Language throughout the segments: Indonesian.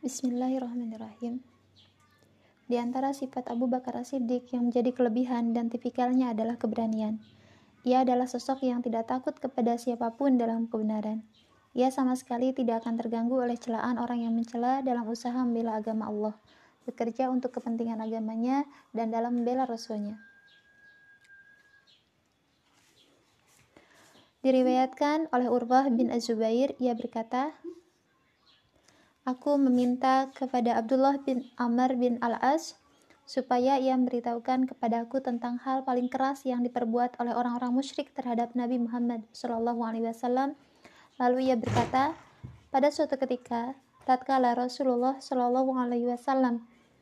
Bismillahirrahmanirrahim. Di antara sifat Abu Bakar As-Siddiq yang menjadi kelebihan dan tipikalnya adalah keberanian. Ia adalah sosok yang tidak takut kepada siapapun dalam kebenaran. Ia sama sekali tidak akan terganggu oleh celaan orang yang mencela dalam usaha membela agama Allah, bekerja untuk kepentingan agamanya, dan dalam membela Rasulnya. Diriwayatkan oleh Urwah bin Az-Zubair, ia berkata, "Aku meminta kepada Abdullah bin Amr bin Al-As supaya ia memberitahukan kepadaku tentang hal paling keras yang diperbuat oleh orang-orang musyrik terhadap Nabi Muhammad SAW. Lalu ia berkata, pada suatu ketika, tatkala Rasulullah SAW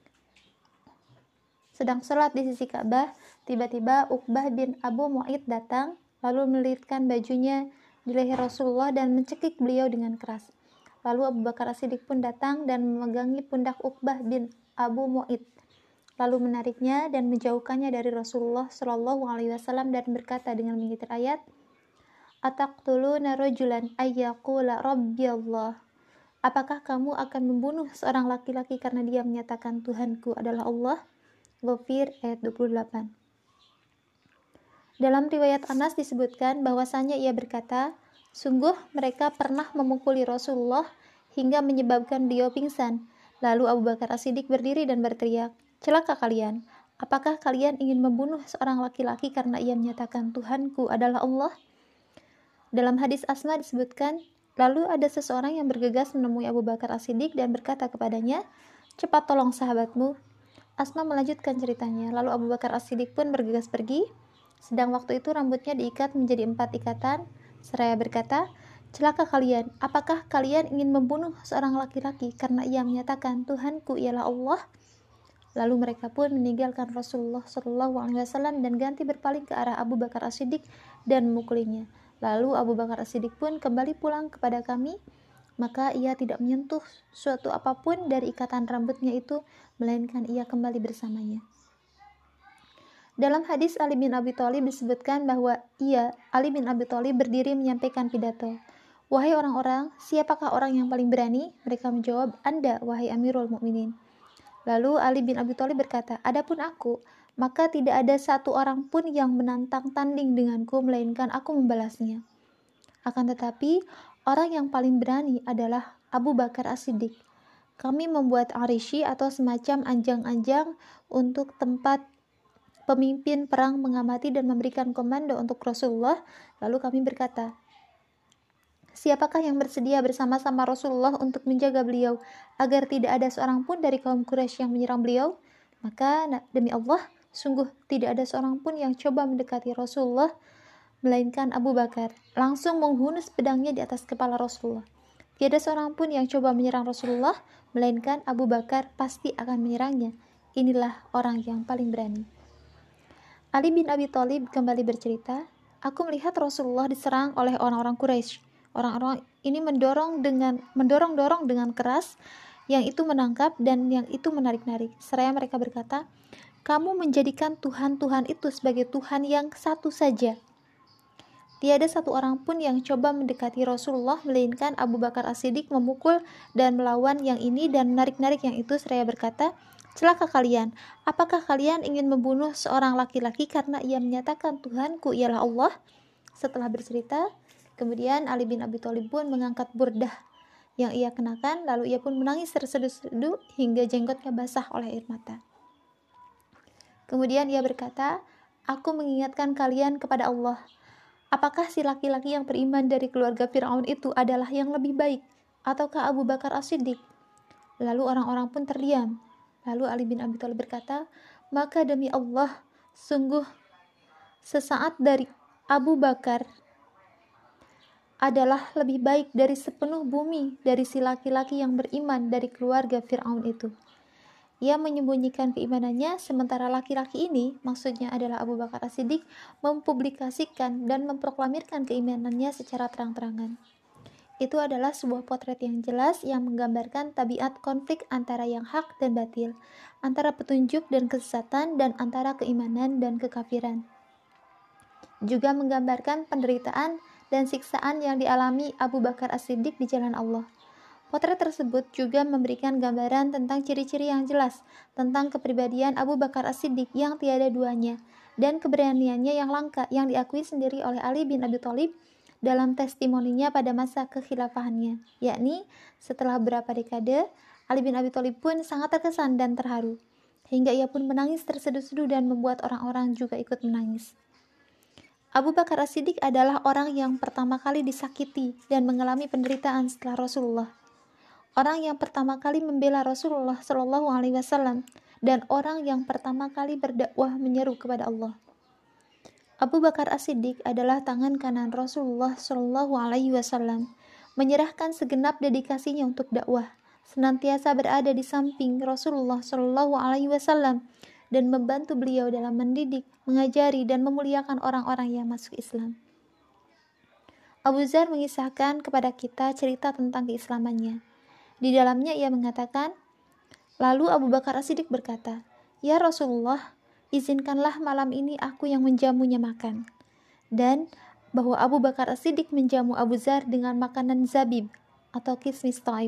sedang sholat di sisi Ka'bah, tiba-tiba Uqbah bin Abu Mu'aid datang, lalu melilitkan bajunya di leher Rasulullah dan mencekik beliau dengan keras. Lalu Abu Bakar As-Siddiq pun datang dan memegangi pundak Uqbah bin Abu Mu'aid, lalu menariknya dan menjauhkannya dari Rasulullah SAW dan berkata dengan mengitir ayat, "Ataqtuluna rajulan ayyaqula Rabbi Allah." Apakah kamu akan membunuh seorang laki-laki karena dia menyatakan Tuhanku adalah Allah? Ghafir ayat 28. Dalam riwayat Anas disebutkan bahwasanya ia berkata, sungguh mereka pernah memukuli Rasulullah hingga menyebabkan beliau pingsan. Lalu Abu Bakar As-Siddiq berdiri dan berteriak, "Celaka kalian! Apakah kalian ingin membunuh seorang laki-laki karena ia menyatakan Tuhanku adalah Allah?" Dalam hadis Asma disebutkan, lalu ada seseorang yang bergegas menemui Abu Bakar As-Siddiq dan berkata kepadanya, "Cepat tolong sahabatmu." Asma melanjutkan ceritanya, lalu Abu Bakar As-Siddiq pun bergegas pergi. Sedang waktu itu rambutnya diikat menjadi 4 ikatan, seraya berkata, "Celaka kalian, apakah kalian ingin membunuh seorang laki-laki karena ia menyatakan Tuhanku ialah Allah?" Lalu mereka pun meninggalkan Rasulullah SAW dan ganti berpaling ke arah Abu Bakar As-Siddiq dan memukulinya. Lalu Abu Bakar As-Siddiq pun kembali pulang kepada kami, maka ia tidak menyentuh suatu apapun dari ikatan rambutnya itu, melainkan ia kembali bersamanya. Dalam hadis Ali bin Abi Thalib disebutkan bahwa Ali bin Abi Thalib berdiri menyampaikan pidato. "Wahai orang-orang, siapakah orang yang paling berani?" Mereka menjawab, "Anda, wahai Amirul Mukminin." Lalu Ali bin Abi Thalib berkata, "Adapun aku, maka tidak ada satu orang pun yang menantang tanding denganku, melainkan aku membalasnya. Akan tetapi, orang yang paling berani adalah Abu Bakar As-Siddiq. Kami membuat arishi atau semacam anjang-anjang untuk tempat pemimpin perang mengamati dan memberikan komando untuk Rasulullah. Lalu kami berkata, siapakah yang bersedia bersama-sama Rasulullah untuk menjaga beliau agar tidak ada seorang pun dari kaum Quraisy yang menyerang beliau? Maka demi Allah, sungguh tidak ada seorang pun yang coba mendekati Rasulullah melainkan Abu Bakar, langsung menghunus pedangnya di atas kepala Rasulullah. Tiada seorang pun yang coba menyerang Rasulullah melainkan Abu Bakar pasti akan menyerangnya. Inilah orang yang paling berani." Ali bin Abi Thalib kembali bercerita, "Aku melihat Rasulullah diserang oleh orang-orang Quraisy. Orang-orang ini mendorong-dorong dengan keras, yang itu menangkap dan yang itu menarik-narik. Seraya mereka berkata, 'Kamu menjadikan Tuhan-Tuhan itu sebagai Tuhan yang satu saja.' Tiada satu orang pun yang coba mendekati Rasulullah melainkan Abu Bakar As-Siddiq memukul dan melawan yang ini dan menarik-narik yang itu seraya berkata, 'Celaka kalian, apakah kalian ingin membunuh seorang laki-laki karena ia menyatakan Tuhanku ialah Allah?" Setelah bercerita, kemudian Ali bin Abi Thalib pun mengangkat burdah yang ia kenakan, lalu ia pun menangis terseduh-seduh hingga jenggotnya basah oleh air mata. Kemudian ia berkata, "Aku mengingatkan kalian kepada Allah. Apakah si laki-laki yang beriman dari keluarga Fir'aun itu adalah yang lebih baik, ataukah Abu Bakar As-Siddiq?" Lalu orang-orang pun terdiam. Lalu Ali bin Abi Thalib berkata, "Maka demi Allah, sungguh sesaat dari Abu Bakar adalah lebih baik dari sepenuh bumi dari si laki-laki yang beriman dari keluarga Fir'aun itu. Ia menyembunyikan keimanannya, sementara laki-laki ini, maksudnya adalah Abu Bakar As-Siddiq, mempublikasikan dan memproklamirkan keimanannya secara terang-terangan." Itu adalah sebuah potret yang jelas yang menggambarkan tabiat konflik antara yang hak dan batil, antara petunjuk dan kesesatan, dan antara keimanan dan kekafiran. Juga menggambarkan penderitaan dan siksaan yang dialami Abu Bakar As-Siddiq di jalan Allah. Potret tersebut juga memberikan gambaran tentang ciri-ciri yang jelas tentang kepribadian Abu Bakar As-Siddiq yang tiada duanya dan keberaniannya yang langka yang diakui sendiri oleh Ali bin Abi Thalib dalam testimoninya pada masa kekhilafahannya, yakni setelah beberapa dekade, Ali bin Abi Thalib pun sangat terkesan dan terharu, hingga ia pun menangis terseduh-seduh dan membuat orang-orang juga ikut menangis. Abu Bakar As-Siddiq adalah orang yang pertama kali disakiti dan mengalami penderitaan setelah Rasulullah. Orang yang pertama kali membela Rasulullah Shallallahu Alaihi Wasallam dan orang yang pertama kali berdakwah menyeru kepada Allah. Abu Bakar As-Siddiq adalah tangan kanan Rasulullah Shallallahu Alaihi Wasallam, menyerahkan segenap dedikasinya untuk dakwah, senantiasa berada di samping Rasulullah Shallallahu Alaihi Wasallam dan membantu beliau dalam mendidik, mengajari dan memuliakan orang-orang yang masuk Islam. Abu Dzar mengisahkan kepada kita cerita tentang keislamannya. Di dalamnya ia mengatakan, lalu Abu Bakar As-Siddiq berkata, "Ya Rasulullah, izinkanlah malam ini aku yang menjamunya makan." Dan bahwa Abu Bakar As-Siddiq menjamu Abu Dzar dengan makanan zabib atau kismis Taif.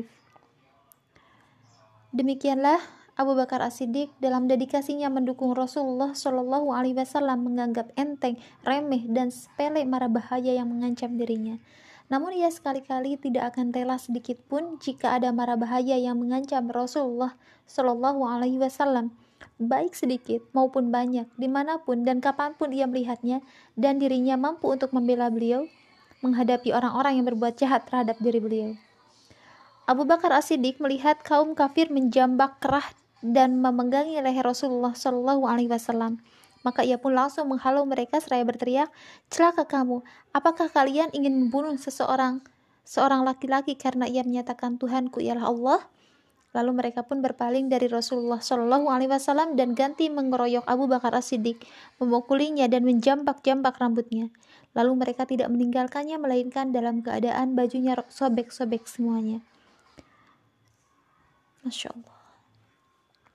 Demikianlah Abu Bakar As-Siddiq dalam dedikasinya mendukung Rasulullah Shallallahu Alaihi Wasallam menganggap enteng, remeh, dan sepele mara bahaya yang mengancam dirinya. Namun ia sekali-kali tidak akan rela sedikit pun jika ada mara bahaya yang mengancam Rasulullah Shallallahu Alaihi Wasallam, baik sedikit maupun banyak, dimanapun dan kapanpun ia melihatnya, dan dirinya mampu untuk membela beliau, menghadapi orang-orang yang berbuat jahat terhadap diri beliau. Abu Bakar As-Siddiq melihat kaum kafir menjambak kerah dan memenggangi leher Rasulullah Shallallahu Alaihi Wasallam. Maka ia pun langsung menghalau mereka seraya berteriak, "Celaka kamu! Apakah kalian ingin membunuh seorang laki-laki karena ia menyatakan Tuhanku ialah Allah?" Lalu mereka pun berpaling dari Rasulullah Shallallahu Alaihi Wasallam dan ganti mengeroyok Abu Bakar As-Siddiq, memukulinya dan menjambak-jambak rambutnya. Lalu mereka tidak meninggalkannya melainkan dalam keadaan bajunya sobek-sobek semuanya. Masya Allah.